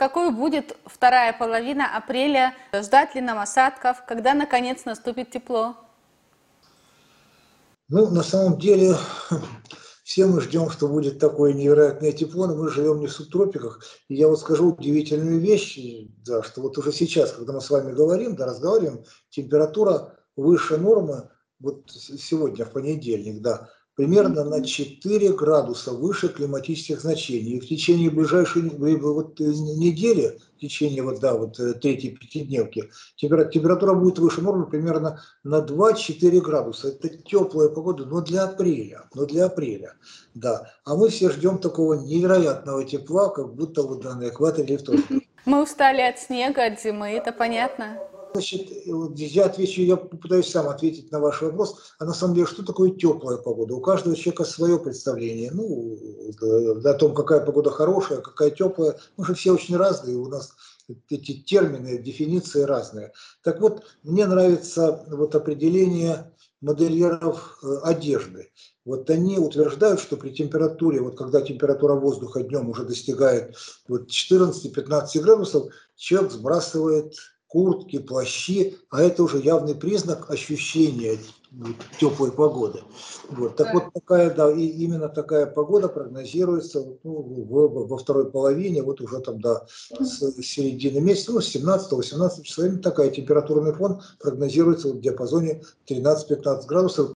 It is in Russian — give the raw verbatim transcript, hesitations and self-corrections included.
какой будет вторая половина апреля? Ждать ли нам осадков? Когда, наконец, наступит тепло? Ну, на самом деле, все мы ждем, что будет такое невероятное тепло, но мы живем не в субтропиках. И я вот скажу удивительную вещь, да, что вот уже сейчас, когда мы с вами говорим, да, разговариваем, температура выше нормы, вот сегодня, в понедельник, да, примерно на четыре градуса выше климатических значений. И в течение ближайшей вот, недели, в течение вот, да, вот, третьей пятидневки, температура будет выше нормы примерно на два-четыре градуса. Это теплая погода, но для апреля, но для апреля, да. А мы все ждем такого невероятного тепла, как будто вот да, на экваторе или в тропиках. Мы устали от снега, от зимы, это понятно. Значит, я отвечу, я попытаюсь сам ответить на ваш вопрос. А на самом деле, что такое теплая погода? У каждого человека свое представление. Ну, о том, какая погода хорошая, какая теплая. Мы же все очень разные, у нас эти термины, дефиниции разные. Так вот, мне нравится вот определение модельеров одежды. Вот они утверждают, что при температуре, вот когда температура воздуха днем уже достигает вот четырнадцати-пятнадцати градусов, человек сбрасывает куртки, плащи, а это уже явный признак ощущения теплой погоды. Вот. Так вот, такая, да, и именно такая погода прогнозируется ну, в, во второй половине, вот уже там до с середины месяца, ну, с семнадцатого-восемнадцатого числа, именно такая температурный фон прогнозируется в диапазоне тринадцать-пятнадцать градусов.